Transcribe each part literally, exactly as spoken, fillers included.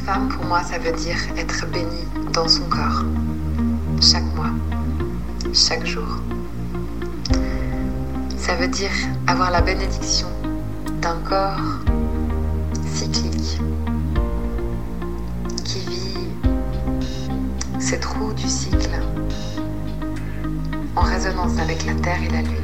Femme, pour moi, ça veut dire être bénie dans son corps. Chaque mois, chaque jour. Ça veut dire avoir la bénédiction d'un corps cyclique qui vit ses trous du cycle en résonance avec la Terre et la Lune.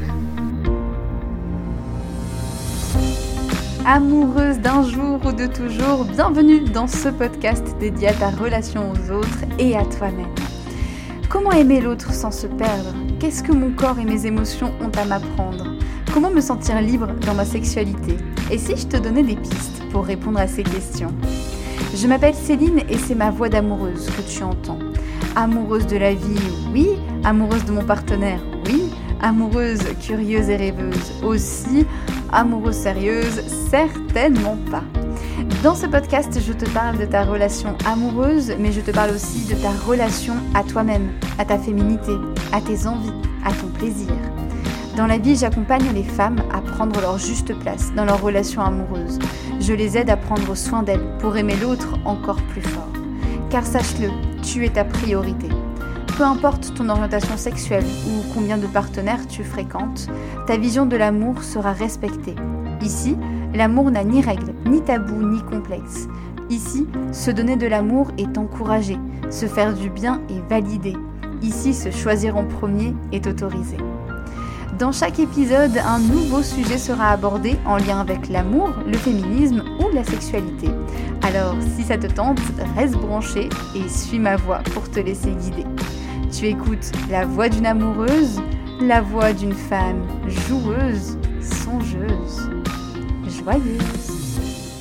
Amoureuse d'un jour ou de toujours, bienvenue dans ce podcast dédié à ta relation aux autres et à toi-même. Comment aimer l'autre sans se perdre ? Qu'est-ce que mon corps et mes émotions ont à m'apprendre ? Comment me sentir libre dans ma sexualité ? Et si je te donnais des pistes pour répondre à ces questions ? Je m'appelle Céline et c'est ma voix d'amoureuse que tu entends. Amoureuse de la vie, oui. Amoureuse de mon partenaire, oui. Amoureuse, curieuse et rêveuse aussi. Amoureuse sérieuse, certainement pas. Dans ce podcast, je te parle de ta relation amoureuse, mais je te parle aussi de ta relation à toi-même, à ta féminité, à tes envies, à ton plaisir. Dans la vie, j'accompagne les femmes à prendre leur juste place dans leur relation amoureuse. Je les aide à prendre soin d'elles pour aimer l'autre encore plus fort. Car sache-le, tu es ta priorité. Peu importe ton orientation sexuelle ou combien de partenaires tu fréquentes, ta vision de l'amour sera respectée. Ici, l'amour n'a ni règles, ni tabous, ni complexes. Ici, se donner de l'amour est encouragé, se faire du bien est validé. Ici, se choisir en premier est autorisé. Dans chaque épisode, un nouveau sujet sera abordé en lien avec l'amour, le féminisme ou la sexualité. Alors, si ça te tente, reste branché et suis ma voix pour te laisser guider. Tu écoutes la voix d'une amoureuse, la voix d'une femme joueuse, songeuse, joyeuse.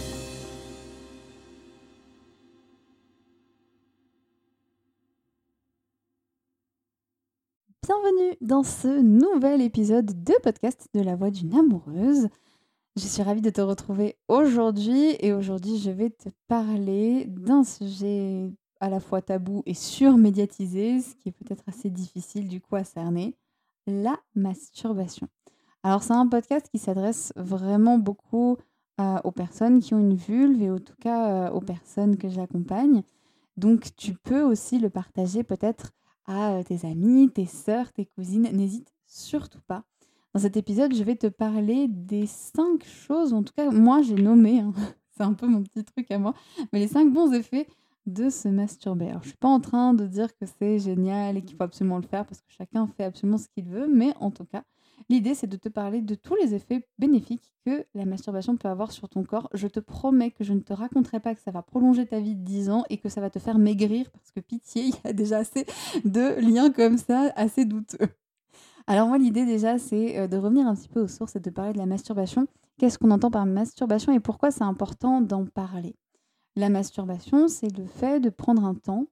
Bienvenue dans ce nouvel épisode de podcast de la voix d'une amoureuse. Je suis ravie de te retrouver aujourd'hui et aujourd'hui je vais te parler d'un sujet à la fois tabou et surmédiatisé, ce qui est peut-être assez difficile du coup à cerner, la masturbation. Alors c'est un podcast qui s'adresse vraiment beaucoup euh, aux personnes qui ont une vulve et en tout cas euh, aux personnes que j'accompagne. Donc tu peux aussi le partager peut-être à euh, tes amis, tes sœurs, tes cousines. N'hésite surtout pas. Dans cet épisode, je vais te parler des cinq choses, en tout cas moi j'ai nommé, hein, c'est un peu mon petit truc à moi, mais les cinq bons effets de se masturber. Alors, je ne suis pas en train de dire que c'est génial et qu'il faut absolument le faire parce que chacun fait absolument ce qu'il veut, mais en tout cas, l'idée c'est de te parler de tous les effets bénéfiques que la masturbation peut avoir sur ton corps. Je te promets que je ne te raconterai pas que ça va prolonger ta vie de dix ans et que ça va te faire maigrir parce que pitié, il y a déjà assez de liens comme ça, assez douteux. Alors moi, l'idée déjà, c'est de revenir un petit peu aux sources et de parler de la masturbation. Qu'est-ce qu'on entend par masturbation et pourquoi c'est important d'en parler ? La masturbation, c'est le fait de prendre un temps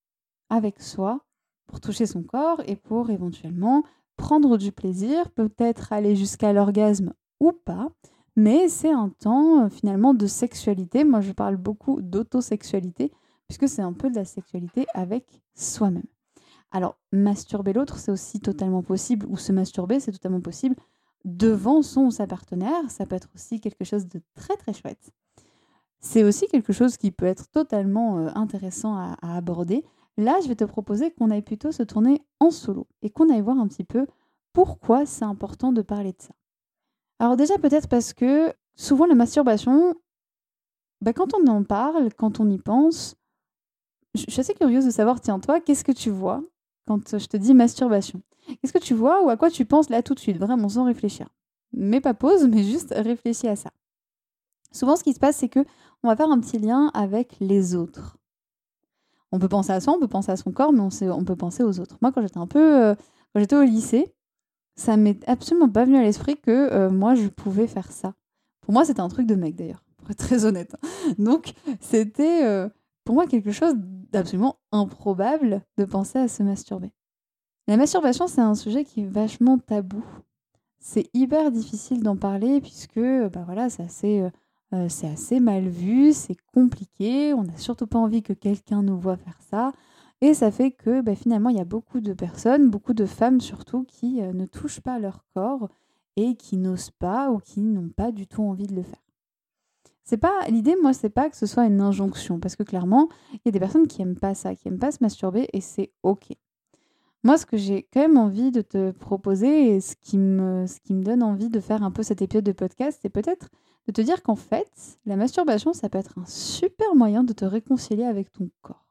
avec soi pour toucher son corps et pour éventuellement prendre du plaisir, peut-être aller jusqu'à l'orgasme ou pas, mais c'est un temps euh, finalement de sexualité. Moi, je parle beaucoup d'autosexualité puisque c'est un peu de la sexualité avec soi-même. Alors, masturber l'autre, c'est aussi totalement possible, ou se masturber, c'est totalement possible devant son ou sa partenaire. Ça peut être aussi quelque chose de très très chouette. C'est aussi quelque chose qui peut être totalement euh, intéressant à, à aborder. Là, je vais te proposer qu'on aille plutôt se tourner en solo et qu'on aille voir un petit peu pourquoi c'est important de parler de ça. Alors déjà, peut-être parce que souvent la masturbation, bah, quand on en parle, quand on y pense, je, je suis assez curieuse de savoir, tiens, toi, qu'est-ce que tu vois quand je te dis masturbation ? Qu'est-ce que tu vois ou à quoi tu penses là tout de suite, vraiment sans réfléchir ? Mais pas pause, mais juste réfléchis à ça. Souvent, ce qui se passe, c'est que on va faire un petit lien avec les autres. On peut penser à soi, on peut penser à son corps, mais on, sait, on peut penser aux autres. Moi, quand j'étais un peu, euh, quand j'étais au lycée, ça m'est absolument pas venu à l'esprit que euh, moi, je pouvais faire ça. Pour moi, c'était un truc de mec, d'ailleurs, pour être très honnête. Donc, c'était euh, pour moi quelque chose d'absolument improbable de penser à se masturber. La masturbation, c'est un sujet qui est vachement tabou. C'est hyper difficile d'en parler puisque, bah voilà, c'est assez... Euh, Euh, c'est assez mal vu, c'est compliqué, on n'a surtout pas envie que quelqu'un nous voit faire ça. Et ça fait que bah, finalement, il y a beaucoup de personnes, beaucoup de femmes surtout, qui euh, ne touchent pas leur corps et qui n'osent pas ou qui n'ont pas du tout envie de le faire. C'est pas l'idée, moi, c'est pas que ce soit une injonction, parce que clairement, il y a des personnes qui aiment pas ça, qui aiment pas se masturber, et c'est ok. Moi, ce que j'ai quand même envie de te proposer, et ce qui me, ce qui me donne envie de faire un peu cet épisode de podcast, c'est peut-être de te dire qu'en fait, la masturbation, ça peut être un super moyen de te réconcilier avec ton corps.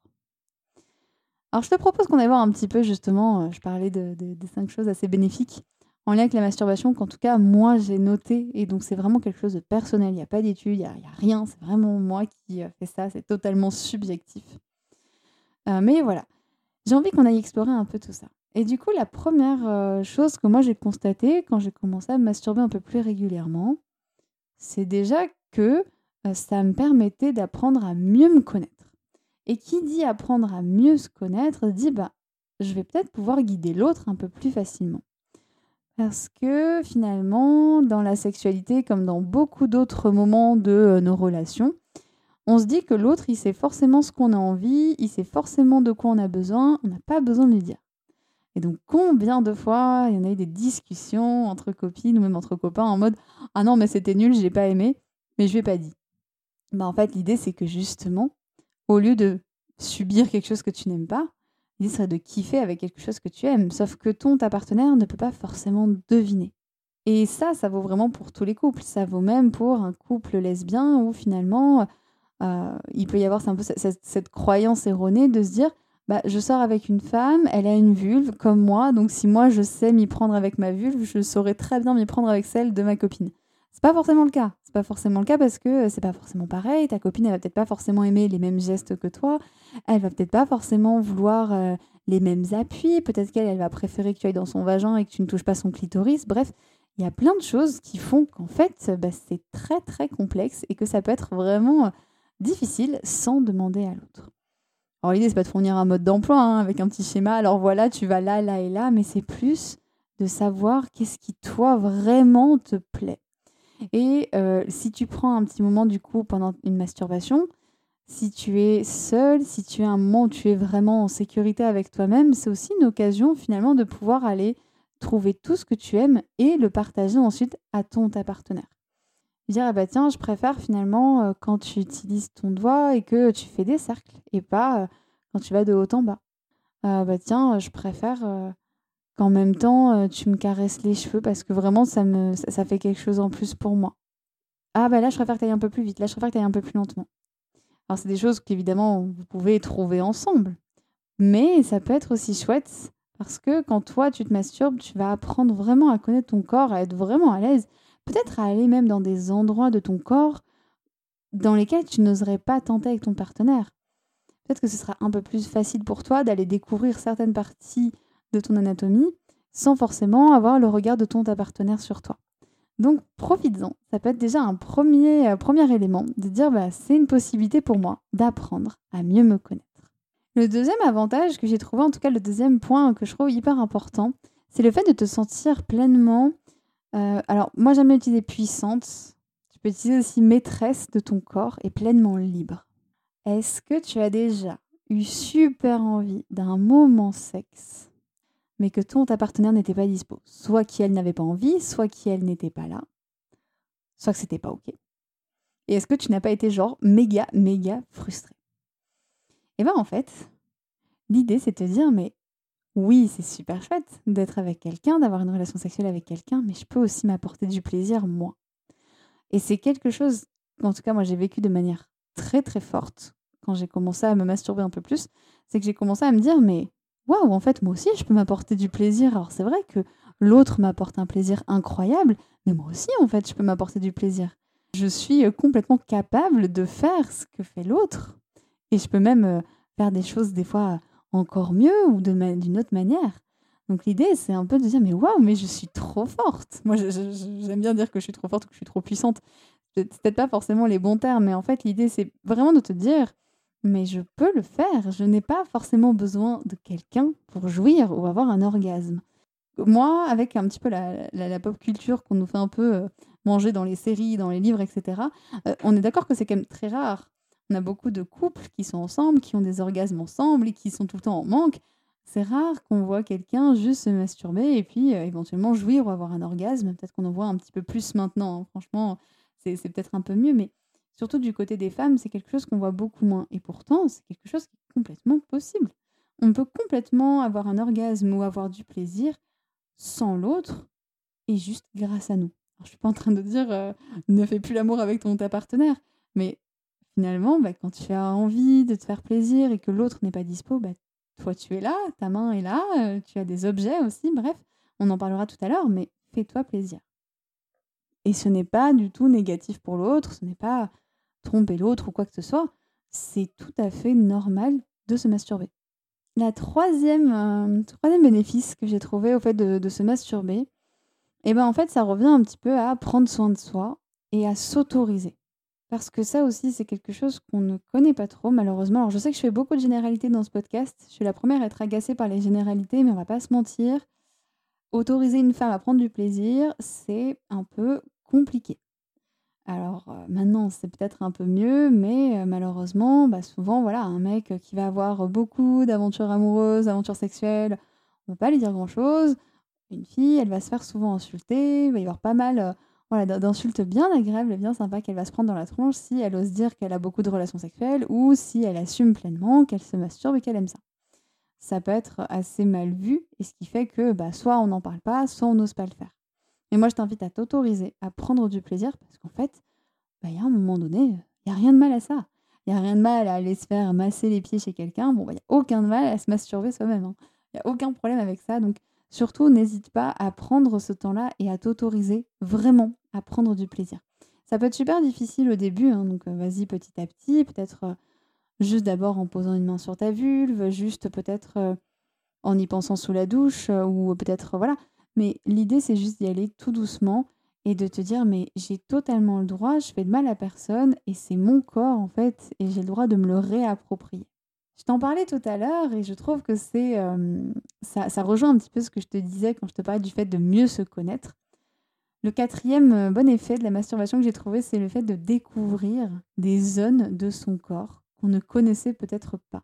Alors, je te propose qu'on aille voir un petit peu, justement, euh, je parlais de, de- des cinq choses assez bénéfiques en lien avec la masturbation, qu'en tout cas, moi, j'ai noté. Et donc, c'est vraiment quelque chose de personnel. Il n'y a pas d'études, il n'y a, il y a rien. C'est vraiment moi qui euh, fais ça. C'est totalement subjectif. Euh, mais voilà, j'ai envie qu'on aille explorer un peu tout ça. Et du coup, la première euh, chose que moi, j'ai constatée quand j'ai commencé à me masturber un peu plus régulièrement, c'est déjà que euh, ça me permettait d'apprendre à mieux me connaître. Et qui dit apprendre à mieux se connaître, dit bah, je vais peut-être pouvoir guider l'autre un peu plus facilement. Parce que finalement, dans la sexualité, comme dans beaucoup d'autres moments de euh, nos relations, on se dit que l'autre, il sait forcément ce qu'on a envie, il sait forcément de quoi on a besoin, on n'a pas besoin de lui dire. Et donc, combien de fois il y en a eu des discussions entre copines ou même entre copains en mode « Ah non, mais c'était nul, j'ai pas aimé, mais je lui ai pas dit. » Bah, en fait, l'idée, c'est que justement, au lieu de subir quelque chose que tu n'aimes pas, l'idée serait de kiffer avec quelque chose que tu aimes. Sauf que ton, ta partenaire ne peut pas forcément deviner. Et ça, ça vaut vraiment pour tous les couples. Ça vaut même pour un couple lesbien où finalement, euh, il peut y avoir c'est un peu cette, cette croyance erronée de se dire bah, je sors avec une femme, elle a une vulve comme moi, donc si moi je sais m'y prendre avec ma vulve, je saurais très bien m'y prendre avec celle de ma copine. C'est pas forcément le cas. C'est pas forcément le cas parce que c'est pas forcément pareil. Ta copine, elle va peut-être pas forcément aimer les mêmes gestes que toi. Elle va peut-être pas forcément vouloir euh, les mêmes appuis. Peut-être qu'elle, elle va préférer que tu ailles dans son vagin et que tu ne touches pas son clitoris. Bref, il y a plein de choses qui font qu'en fait, bah, c'est très très complexe et que ça peut être vraiment euh, difficile sans demander à l'autre. Alors l'idée, c'est pas de fournir un mode d'emploi hein, avec un petit schéma. Alors voilà, tu vas là, là et là, mais c'est plus de savoir qu'est-ce qui, toi, vraiment te plaît. Et euh, si tu prends un petit moment du coup pendant une masturbation, si tu es seul, si tu es un moment où tu es vraiment en sécurité avec toi-même, c'est aussi une occasion finalement de pouvoir aller trouver tout ce que tu aimes et le partager ensuite à ton ta partenaire. Dire ah bah tiens, je préfère finalement euh, quand tu utilises ton doigt et que tu fais des cercles et pas euh, quand tu vas de haut en bas. Euh, bah tiens, je préfère euh, qu'en même temps, euh, tu me caresses les cheveux parce que vraiment, ça, me, ça, ça fait quelque chose en plus pour moi. Ah bah là, je préfère que tu ailles un peu plus vite. Là, je préfère que tu ailles un peu plus lentement. Alors, c'est des choses qu'évidemment, vous pouvez trouver ensemble. Mais ça peut être aussi chouette parce que quand toi, tu te masturbes, tu vas apprendre vraiment à connaître ton corps, à être vraiment à l'aise. Peut-être à aller même dans des endroits de ton corps dans lesquels tu n'oserais pas tenter avec ton partenaire. Peut-être que ce sera un peu plus facile pour toi d'aller découvrir certaines parties de ton anatomie sans forcément avoir le regard de ton ta partenaire sur toi. Donc profites-en, ça peut être déjà un premier, euh, premier élément de dire bah, c'est une possibilité pour moi d'apprendre à mieux me connaître. Le deuxième avantage que j'ai trouvé, en tout cas le deuxième point que je trouve hyper important, c'est le fait de te sentir pleinement, euh, alors moi j'aime bien utiliser puissante, tu peux utiliser aussi maîtresse de ton corps et pleinement libre. Est-ce que tu as déjà eu super envie d'un moment sexe, mais que ton ta partenaire n'était pas dispo? Soit qu'elle n'avait pas envie, soit qu'elle n'était pas là, soit que c'était pas ok. Et est-ce que tu n'as pas été genre méga, méga frustré? Et bien en fait, l'idée c'est de te dire, mais oui, c'est super chouette d'être avec quelqu'un, d'avoir une relation sexuelle avec quelqu'un, mais je peux aussi m'apporter du plaisir moi. Et c'est quelque chose, en tout cas moi j'ai vécu de manière très très forte quand j'ai commencé à me masturber un peu plus, c'est que j'ai commencé à me dire, mais waouh, en fait moi aussi je peux m'apporter du plaisir. Alors c'est vrai que l'autre m'apporte un plaisir incroyable, mais moi aussi en fait je peux m'apporter du plaisir. Je suis complètement capable de faire ce que fait l'autre et je peux même faire des choses des fois encore mieux ou de ma- d'une autre manière. Donc l'idée, c'est un peu de dire, mais waouh, mais je suis trop forte. Moi, je- je- je- j'aime bien dire que je suis trop forte ou que je suis trop puissante. C'est peut-être pas forcément les bons termes, mais en fait, l'idée, c'est vraiment de te dire, mais je peux le faire. Je n'ai pas forcément besoin de quelqu'un pour jouir ou avoir un orgasme. Moi, avec un petit peu la, la- la pop culture qu'on nous fait un peu euh, manger dans les séries, dans les livres, et cetera, euh, on est d'accord que c'est quand même très rare. On a beaucoup de couples qui sont ensemble, qui ont des orgasmes ensemble et qui sont tout le temps en manque. C'est rare qu'on voit quelqu'un juste se masturber et puis euh, éventuellement jouir ou avoir un orgasme. Peut-être qu'on en voit un petit peu plus maintenant. Hein. Franchement, c'est, c'est peut-être un peu mieux. Mais Surtout du côté des femmes, c'est quelque chose qu'on voit beaucoup moins. Et pourtant, c'est quelque chose qui est complètement possible. On peut complètement avoir un orgasme ou avoir du plaisir sans l'autre et juste grâce à nous. Alors, je suis pas en train de dire euh, ne fais plus l'amour avec ton ta partenaire, mais finalement, bah, quand tu as envie de te faire plaisir et que l'autre n'est pas dispo, bah, toi tu es là, ta main est là, euh, tu as des objets aussi, bref, on en parlera tout à l'heure, mais fais-toi plaisir. Et ce n'est pas du tout négatif pour l'autre, ce n'est pas tromper l'autre ou quoi que ce soit, c'est tout à fait normal de se masturber. La troisième, euh, troisième bénéfice que j'ai trouvé au fait de, de se masturber, et ben en fait, ça revient un petit peu à prendre soin de soi et à s'autoriser. Parce que ça aussi, c'est quelque chose qu'on ne connaît pas trop, malheureusement. Alors, je sais que je fais beaucoup de généralités dans ce podcast. Je suis la première à être agacée par les généralités, mais on va pas se mentir. Autoriser une femme à prendre du plaisir, c'est un peu compliqué. Alors, euh, maintenant, c'est peut-être un peu mieux, mais euh, malheureusement, bah, souvent, voilà, un mec qui va avoir beaucoup d'aventures amoureuses, d'aventures sexuelles, on ne va pas lui dire grand-chose. Une fille, elle va se faire souvent insulter, il va y avoir pas mal euh, voilà, d'insultes bien agréables et bien sympas qu'elle va se prendre dans la tronche si elle ose dire qu'elle a beaucoup de relations sexuelles ou si elle assume pleinement qu'elle se masturbe et qu'elle aime ça. Ça peut être assez mal vu et ce qui fait que bah, soit on n'en parle pas, soit on n'ose pas le faire. Mais moi, je t'invite à t'autoriser à prendre du plaisir parce qu'en fait, bah, il y a un moment donné, il n'y a rien de mal à ça. Il n'y a rien de mal à aller se faire masser les pieds chez quelqu'un. Bon, il bah, n'y a aucun de mal à se masturber soi-même. Il hein. n'y a aucun problème avec ça. Donc, surtout, n'hésite pas à prendre ce temps-là et à t'autoriser vraiment à prendre du plaisir. Ça peut être super difficile au début, hein, donc euh, vas-y petit à petit, peut-être euh, juste d'abord en posant une main sur ta vulve, juste peut-être euh, en y pensant sous la douche, euh, ou peut-être, euh, voilà. Mais l'idée, c'est juste d'y aller tout doucement et de te dire, mais j'ai totalement le droit, je fais de mal à personne et c'est mon corps en fait, et j'ai le droit de me le réapproprier. Je t'en parlais tout à l'heure et je trouve que c'est euh, ça, ça rejoint un petit peu ce que je te disais quand je te parlais du fait de mieux se connaître. Le quatrième euh, bon effet de la masturbation que j'ai trouvé, c'est le fait de découvrir des zones de son corps qu'on ne connaissait peut-être pas.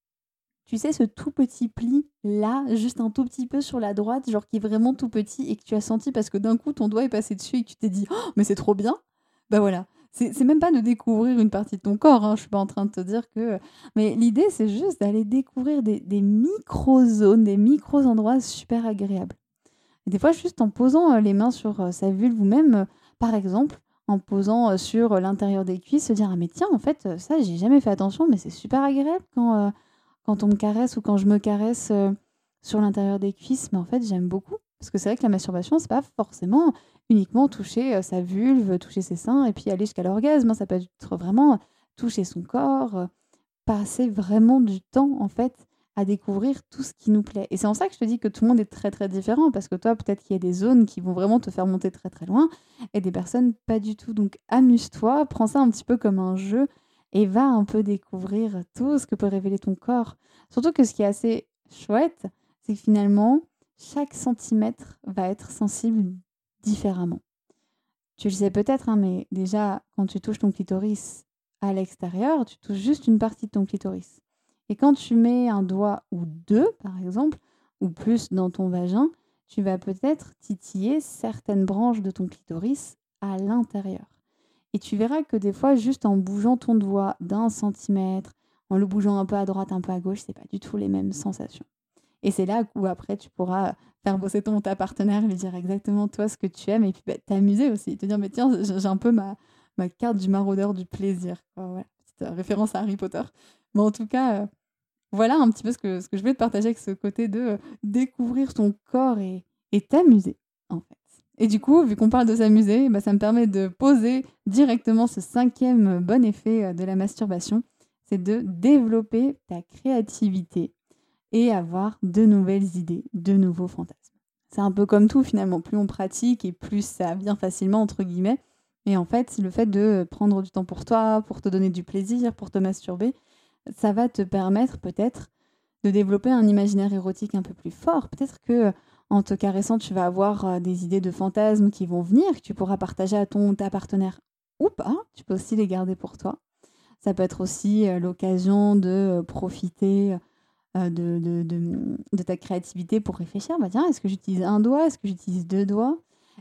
Tu sais, ce tout petit pli là, juste un tout petit peu sur la droite, genre qui est vraiment tout petit et que tu as senti parce que d'un coup ton doigt est passé dessus et que tu t'es dit oh, mais c'est trop bien. Bah voilà. C'est, c'est même pas de découvrir une partie de ton corps, hein. Je suis pas en train de te dire que. Mais l'idée, c'est juste d'aller découvrir des, des micro-zones, des micro-endroits super agréables. Et des fois, juste en posant euh, les mains sur euh, sa vulve ou même, euh, par exemple, en posant euh, sur euh, l'intérieur des cuisses, se dire ah mais tiens, en fait, euh, ça, j'ai jamais fait attention, mais c'est super agréable quand. Euh, quand on me caresse ou quand je me caresse euh, sur l'intérieur des cuisses, mais en fait, j'aime beaucoup. Parce que c'est vrai que la masturbation, c'est pas forcément uniquement toucher euh, sa vulve, toucher ses seins et puis aller jusqu'à l'orgasme, hein. Ça peut être vraiment toucher son corps, euh, passer vraiment du temps, en fait, à découvrir tout ce qui nous plaît. Et c'est en ça que je te dis que tout le monde est très, très différent. Parce que toi, peut-être qu'il y a des zones qui vont vraiment te faire monter très, très loin et des personnes pas du tout. Donc, amuse-toi, prends ça un petit peu comme un jeu et va un peu découvrir tout ce que peut révéler ton corps. Surtout que ce qui est assez chouette, c'est que finalement, chaque centimètre va être sensible différemment. Tu le sais peut-être, hein, mais déjà, quand tu touches ton clitoris à l'extérieur, tu touches juste une partie de ton clitoris. Et quand tu mets un doigt ou deux, par exemple, ou plus dans ton vagin, tu vas peut-être titiller certaines branches de ton clitoris à l'intérieur. Et tu verras que des fois, juste en bougeant ton doigt d'un centimètre, en le bougeant un peu à droite, un peu à gauche, c'est pas du tout les mêmes sensations. Et c'est là où après, tu pourras faire bosser ton ta partenaire, lui dire exactement toi ce que tu aimes, et puis bah, t'amuser aussi, te dire, mais tiens, j'ai un peu ma, ma carte du maraudeur du plaisir. Quoi, ouais. Petite euh, référence à Harry Potter. Mais en tout cas, euh, voilà un petit peu ce que, ce que je voulais te partager avec ce côté de euh, découvrir ton corps et, et t'amuser, en fait. Et du coup, vu qu'on parle de s'amuser, bah, ça me permet de poser directement ce cinquième bon effet de la masturbation, c'est de développer ta créativité et avoir de nouvelles idées, de nouveaux fantasmes. C'est un peu comme tout finalement, plus on pratique et plus ça vient facilement entre guillemets. Et en fait, le fait de prendre du temps pour toi, pour te donner du plaisir, pour te masturber, ça va te permettre peut-être de développer un imaginaire érotique un peu plus fort. Peut-être que en te caressant, tu vas avoir euh, des idées de fantasmes qui vont venir, que tu pourras partager à ton ta partenaire ou pas. Tu peux aussi les garder pour toi. Ça peut être aussi euh, l'occasion de euh, profiter euh, de, de, de, de ta créativité pour réfléchir. Bah, tiens, est-ce que j'utilise un doigt? Est-ce que j'utilise deux doigts?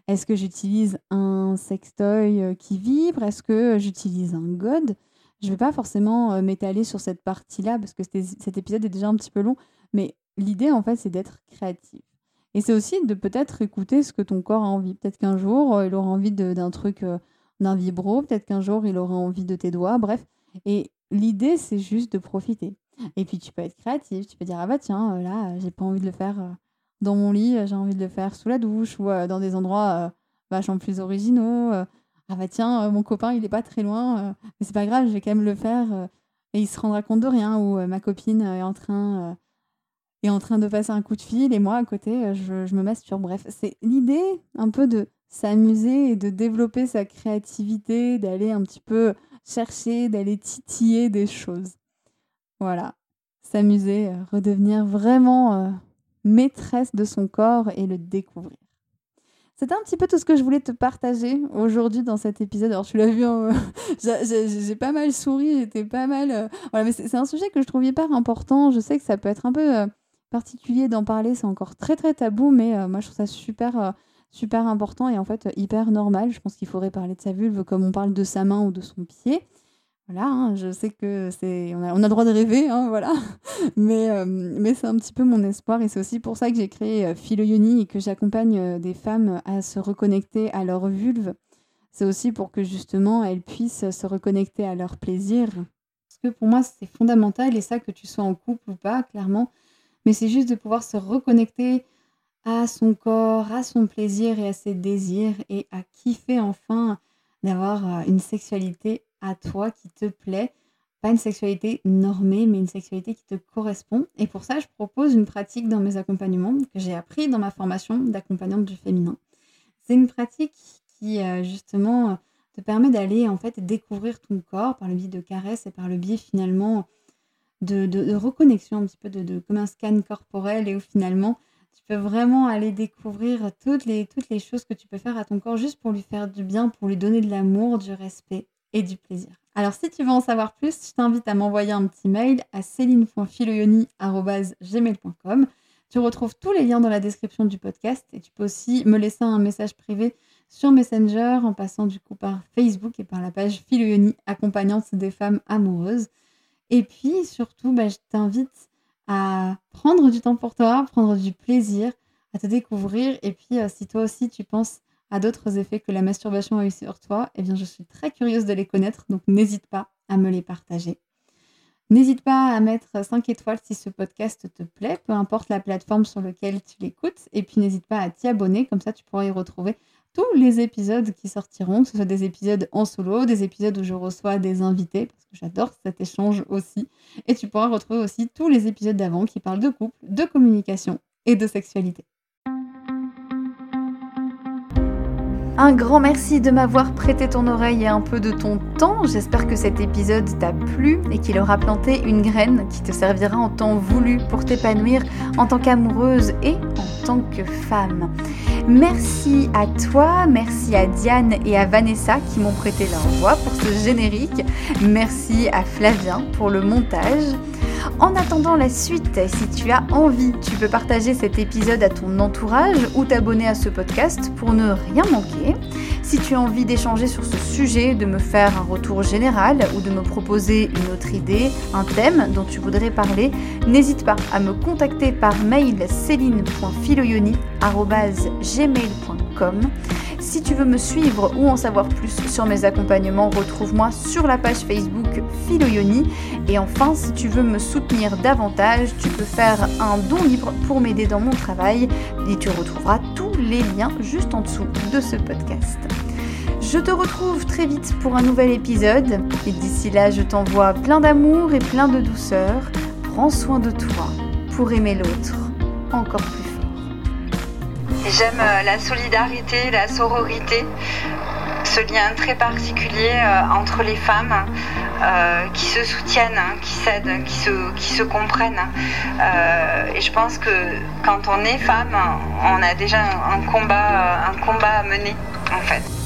Est-ce que j'utilise un sextoy qui vibre? Est-ce que j'utilise un god? Je ne vais pas forcément m'étaler sur cette partie-là parce que cet épisode est déjà un petit peu long, mais l'idée, en fait, c'est d'être créatif. Et c'est aussi de peut-être écouter ce que ton corps a envie. Peut-être qu'un jour, il aura envie de, d'un truc, euh, d'un vibro. Peut-être qu'un jour, il aura envie de tes doigts. Bref. Et l'idée, c'est juste de profiter. Et puis, tu peux être créatif. Tu peux dire, ah bah tiens, là, j'ai pas envie de le faire dans mon lit. J'ai envie de le faire sous la douche ou euh, dans des endroits euh, vachement plus originaux. Euh, ah bah tiens, euh, mon copain, il est pas très loin. Euh, mais c'est pas grave, je vais quand même le faire. Euh, et il se rendra compte de rien. Ou euh, ma copine est en train... Euh, est en train de passer un coup de fil et moi à côté je, je me masturbe. Bref, c'est l'idée un peu de s'amuser et de développer sa créativité, d'aller un petit peu chercher, d'aller titiller des choses. Voilà, s'amuser, redevenir vraiment euh, maîtresse de son corps et le découvrir. C'était un petit peu tout ce que je voulais te partager aujourd'hui dans cet épisode. Alors, tu l'as vu, hein, j'ai, j'ai, j'ai pas mal souri, j'étais pas mal... Euh, voilà, mais c'est, c'est un sujet que je trouve hyper important. Je sais que ça peut être un peu euh, particulier d'en parler, c'est encore très très tabou, mais euh, moi je trouve ça super, euh, super important et en fait hyper normal. Je pense qu'il faudrait parler de sa vulve comme on parle de sa main ou de son pied. Voilà, hein, je sais que c'est, on a, on a le droit de rêver, hein, voilà. mais, euh, mais c'est un petit peu mon espoir et c'est aussi pour ça que j'ai créé euh, Philoyoni et que j'accompagne euh, des femmes à se reconnecter à leur vulve. C'est aussi pour que justement elles puissent se reconnecter à leur plaisir. Parce que pour moi c'est fondamental et ça que tu sois en couple ou pas, clairement. Mais c'est juste de pouvoir se reconnecter à son corps, à son plaisir et à ses désirs et à kiffer enfin d'avoir une sexualité à toi qui te plaît. Pas une sexualité normée, mais une sexualité qui te correspond. Et pour ça, je propose une pratique dans mes accompagnements que j'ai appris dans ma formation d'accompagnante du féminin. C'est une pratique qui, justement, te permet d'aller en fait découvrir ton corps par le biais de caresses et par le biais finalement de, de, de reconnexion, un petit peu de, de, comme un scan corporel et où finalement tu peux vraiment aller découvrir toutes les, toutes les choses que tu peux faire à ton corps juste pour lui faire du bien, pour lui donner de l'amour, du respect et du plaisir. Alors si tu veux en savoir plus, je t'invite à m'envoyer un petit mail à céline point philoyoni arobase gmail point com. Tu retrouves tous les liens dans la description du podcast et tu peux aussi me laisser un message privé sur Messenger en passant du coup par Facebook et par la page Philoyoni, accompagnante des femmes amoureuses. Et puis surtout, bah, je t'invite à prendre du temps pour toi, prendre du plaisir, à te découvrir. Et puis euh, si toi aussi tu penses à d'autres effets que la masturbation a eu sur toi, eh bien je suis très curieuse de les connaître, donc n'hésite pas à me les partager. N'hésite pas à mettre cinq étoiles si ce podcast te plaît, peu importe la plateforme sur laquelle tu l'écoutes. Et puis n'hésite pas à t'y abonner, comme ça tu pourras y retrouver tous les épisodes qui sortiront, que ce soit des épisodes en solo, des épisodes où je reçois des invités, parce que j'adore cet échange aussi. Et tu pourras retrouver aussi tous les épisodes d'avant qui parlent de couple, de communication et de sexualité. Un grand merci de m'avoir prêté ton oreille et un peu de ton temps. J'espère que cet épisode t'a plu et qu'il aura planté une graine qui te servira en temps voulu pour t'épanouir en tant qu'amoureuse et en tant que femme. Merci à toi, merci à Diane et à Vanessa qui m'ont prêté leur voix pour ce générique. Merci à Flavien pour le montage. En attendant la suite, si tu as envie, tu peux partager cet épisode à ton entourage ou t'abonner à ce podcast pour ne rien manquer. Si tu as envie d'échanger sur ce sujet, de me faire un retour général ou de me proposer une autre idée, un thème dont tu voudrais parler, n'hésite pas à me contacter par mail céline point philoyoni arobase gmail point com. Si tu veux me suivre ou en savoir plus sur mes accompagnements, retrouve-moi sur la page Facebook Philoyoni. Et enfin, si tu veux me soutenir davantage, tu peux faire un don libre pour m'aider dans mon travail et tu retrouveras tous les liens juste en dessous de ce podcast. Je te retrouve très vite pour un nouvel épisode et d'ici là, je t'envoie plein d'amour et plein de douceur. Prends soin de toi pour aimer l'autre encore plus fort. J'aime la solidarité, la sororité, ce lien très particulier euh, entre les femmes euh, qui se soutiennent, qui s'aident, qui se, qui se comprennent. Euh, et je pense que quand on est femme, on a déjà un combat, un combat à mener en fait.